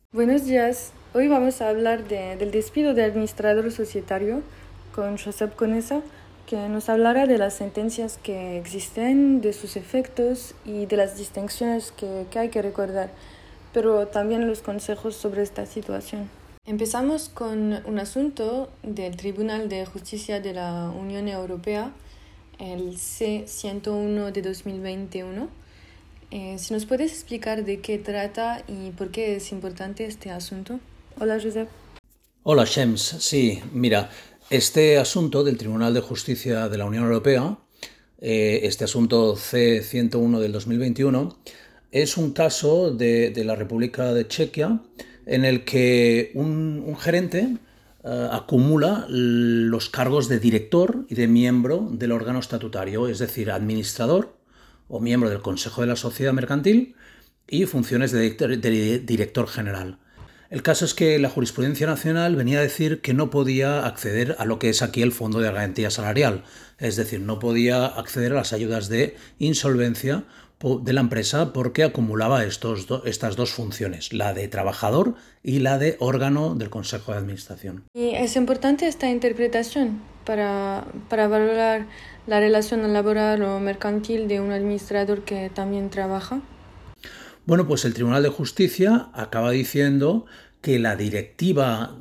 Buenos días. Hoy vamos a hablar del despido de administrador societario con Josep Conesa, que nos hablará de las sentencias que existen, de sus efectos y de las distinciones que hay que recordar, pero también los consejos sobre esta situación. Empezamos con un asunto del Tribunal de Justicia de la Unión Europea, el C-101 de 2021. Si nos puedes explicar de qué trata y por qué es importante este asunto. Hola, Josep. Hola, Shems. Sí, mira, este asunto del Tribunal de Justicia de la Unión Europea, este asunto C-101 del 2021, es un caso de la República de Chequia en el que un gerente acumula los cargos de director y de miembro del órgano estatutario, es decir, administrador o miembro del Consejo de la Sociedad Mercantil y funciones de director general. El caso es que la jurisprudencia nacional venía a decir que no podía acceder a lo que es aquí el Fondo de Garantía Salarial, es decir, no podía acceder a las ayudas de insolvencia de la empresa porque acumulaba estas dos funciones, la de trabajador y la de órgano del Consejo de Administración. Y es importante esta interpretación para valorar la relación laboral o mercantil de un administrador que también trabaja. Bueno, pues el Tribunal de Justicia acaba diciendo que la Directiva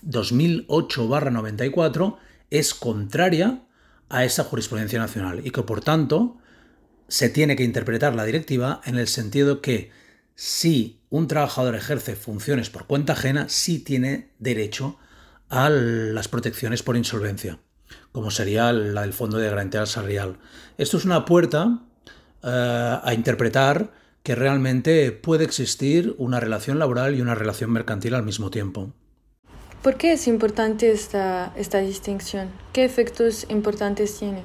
2008/94 es contraria a esa jurisprudencia nacional y que, por tanto, se tiene que interpretar la directiva en el sentido que si un trabajador ejerce funciones por cuenta ajena, sí tiene derecho a las protecciones por insolvencia, como sería la del Fondo de Garantía Salarial. Esto es una puerta a interpretar que realmente puede existir una relación laboral y una relación mercantil al mismo tiempo. ¿Por qué es importante esta distinción? ¿Qué efectos importantes tiene?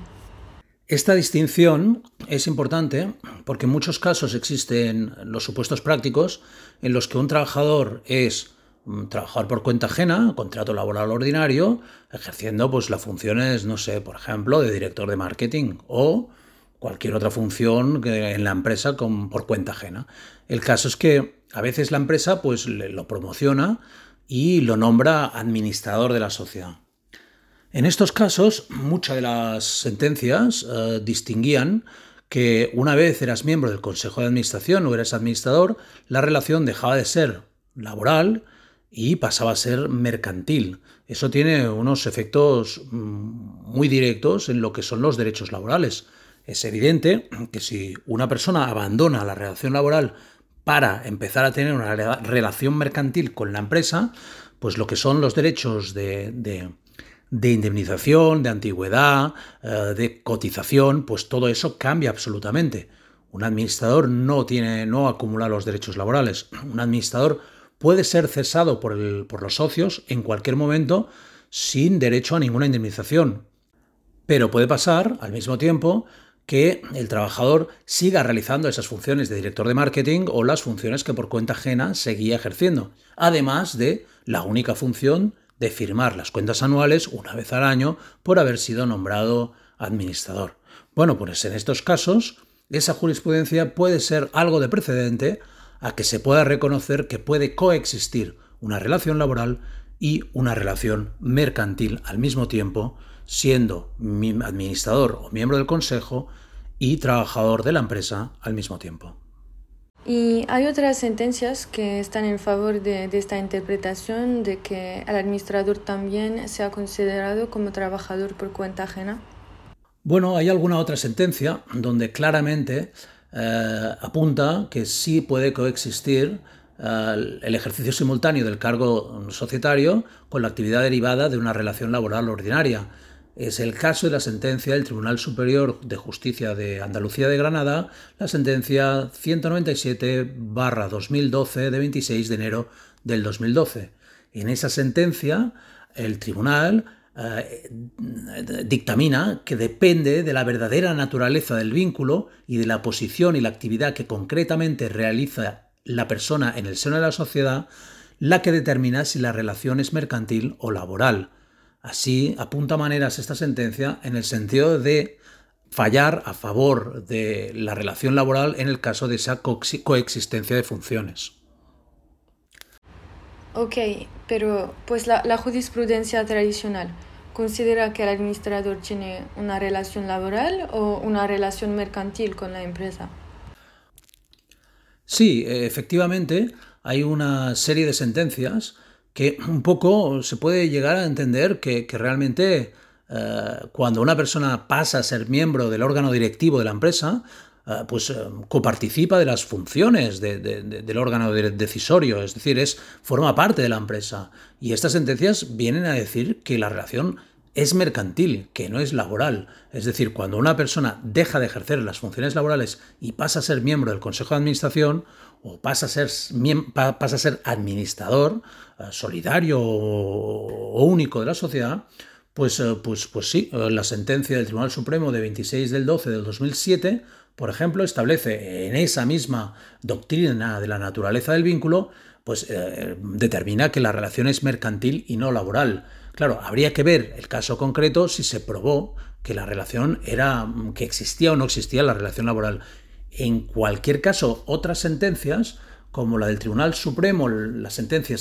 Esta distinción es importante porque en muchos casos existen los supuestos prácticos en los que un trabajador es trabajador por cuenta ajena, contrato laboral ordinario, ejerciendo pues las funciones, no sé, por ejemplo, de director de marketing o cualquier otra función en la empresa por cuenta ajena. El caso es que a veces la empresa pues lo promociona y lo nombra administrador de la sociedad. En estos casos, muchas de las sentencias distinguían que una vez eras miembro del Consejo de Administración o eras administrador, la relación dejaba de ser laboral y pasaba a ser mercantil. Eso tiene unos efectos muy directos en lo que son los derechos laborales. Es evidente que si una persona abandona la relación laboral para empezar a tener una relación mercantil con la empresa, pues lo que son los derechos de indemnización, de antigüedad, de cotización, pues todo eso cambia absolutamente. Un administrador no acumula los derechos laborales. Un administrador puede ser cesado por los socios en cualquier momento sin derecho a ninguna indemnización. Pero puede pasar, al mismo tiempo, que el trabajador siga realizando esas funciones de director de marketing o las funciones que por cuenta ajena seguía ejerciendo, además de la única función de firmar las cuentas anuales una vez al año por haber sido nombrado administrador. Bueno, pues en estos casos, esa jurisprudencia puede ser algo de precedente a que se pueda reconocer que puede coexistir una relación laboral y una relación mercantil al mismo tiempo, siendo administrador o miembro del consejo y trabajador de la empresa al mismo tiempo. Y hay otras sentencias que están en favor de esta interpretación de que el administrador también sea considerado como trabajador por cuenta ajena. Bueno, hay alguna otra sentencia donde claramente apunta que sí puede coexistir el ejercicio simultáneo del cargo societario con la actividad derivada de una relación laboral ordinaria. Es el caso de la sentencia del Tribunal Superior de Justicia de Andalucía de Granada, la sentencia 197/2012 de 26 de enero del 2012. En esa sentencia, el tribunal dictamina que depende de la verdadera naturaleza del vínculo y de la posición y la actividad que concretamente realiza la persona en el seno de la sociedad la que determina si la relación es mercantil o laboral. Así apunta maneras esta sentencia en el sentido de fallar a favor de la relación laboral en el caso de esa coexistencia de funciones. Ok, pero pues la jurisprudencia tradicional considera que el administrador tiene una relación laboral o una relación mercantil con la empresa. Sí, efectivamente, hay una serie de sentencias que un poco se puede llegar a entender que realmente cuando una persona pasa a ser miembro del órgano directivo de la empresa, coparticipa de las funciones del órgano decisorio, es decir, forma parte de la empresa. Y estas sentencias vienen a decir que la relación es mercantil, que no es laboral. Es decir, cuando una persona deja de ejercer las funciones laborales y pasa a ser miembro del Consejo de Administración o pasa a ser administrador solidario o único de la sociedad, pues sí, la sentencia del Tribunal Supremo de 26 del 12 del 2007, por ejemplo, establece en esa misma doctrina de la naturaleza del vínculo, determina que la relación es mercantil y no laboral. Claro, habría que ver el caso concreto si se probó que la relación que existía o no existía la relación laboral. En cualquier caso, otras sentencias, como la del Tribunal Supremo, la sentencia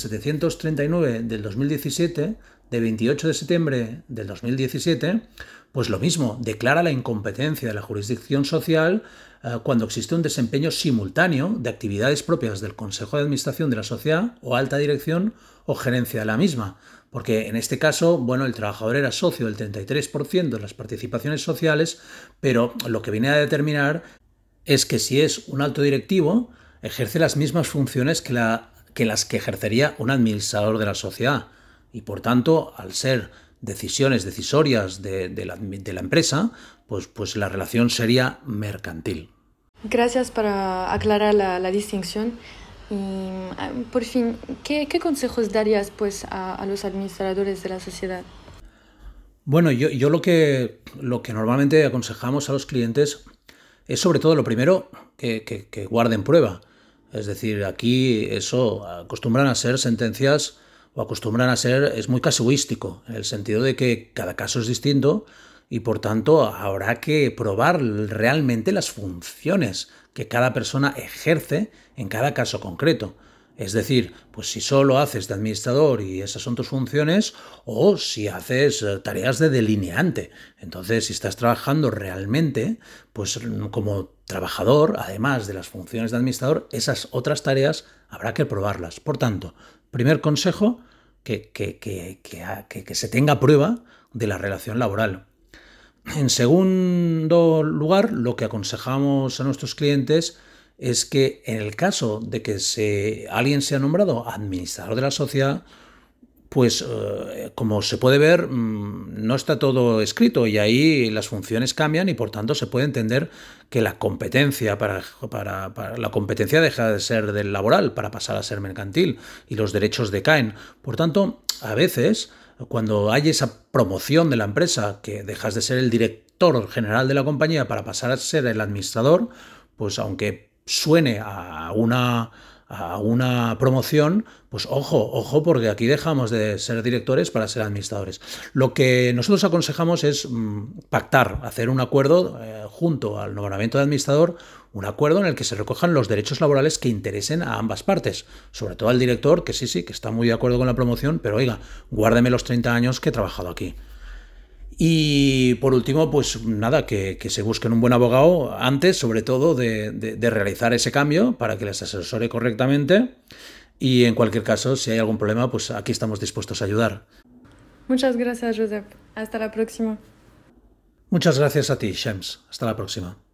739 del 2017, de 28 de septiembre del 2017, pues lo mismo, declara la incompetencia de la jurisdicción social cuando existe un desempeño simultáneo de actividades propias del Consejo de Administración de la sociedad o alta dirección o gerencia de la misma. Porque en este caso, bueno, el trabajador era socio del 33% de las participaciones sociales, pero lo que viene a determinar es que si es un alto directivo, ejerce las mismas funciones que las que ejercería un administrador de la sociedad. Y por tanto, al ser decisiones decisorias de la empresa, pues la relación sería mercantil. Gracias para aclarar la distinción. Y por fin, ¿qué consejos darías pues a los administradores de la sociedad? Bueno, yo lo que normalmente aconsejamos a los clientes es sobre todo lo primero que guarden prueba. Es decir, aquí eso acostumbran a ser sentencias o acostumbran a ser, es muy casuístico, en el sentido de que cada caso es distinto y por tanto habrá que probar realmente las funciones que cada persona ejerce en cada caso concreto. Es decir, pues si solo haces de administrador y esas son tus funciones, o si haces tareas de delineante. Entonces, si estás trabajando realmente, pues como trabajador, además de las funciones de administrador, esas otras tareas habrá que probarlas. Por tanto, primer consejo, que se tenga prueba de la relación laboral. En segundo lugar, lo que aconsejamos a nuestros clientes es que en el caso de que alguien sea nombrado administrador de la sociedad, pues como se puede ver, no está todo escrito y ahí las funciones cambian y por tanto se puede entender que la competencia para la competencia deja de ser del laboral para pasar a ser mercantil y los derechos decaen. Por tanto, a veces cuando hay esa promoción de la empresa que dejas de ser el director general de la compañía para pasar a ser el administrador, pues aunque suene a una promoción, pues ojo, porque aquí dejamos de ser directores para ser administradores. Lo que nosotros aconsejamos es pactar, hacer un acuerdo junto al nombramiento de administrador, un acuerdo en el que se recojan los derechos laborales que interesen a ambas partes, sobre todo al director, que sí, que está muy de acuerdo con la promoción, pero oiga, guárdeme los 30 años que he trabajado aquí. Y por último, pues nada, que se busquen un buen abogado antes, sobre todo, de realizar ese cambio para que les asesore correctamente. Y en cualquier caso, si hay algún problema, pues aquí estamos dispuestos a ayudar. Muchas gracias, Josep. Hasta la próxima. Muchas gracias a ti, Shems. Hasta la próxima.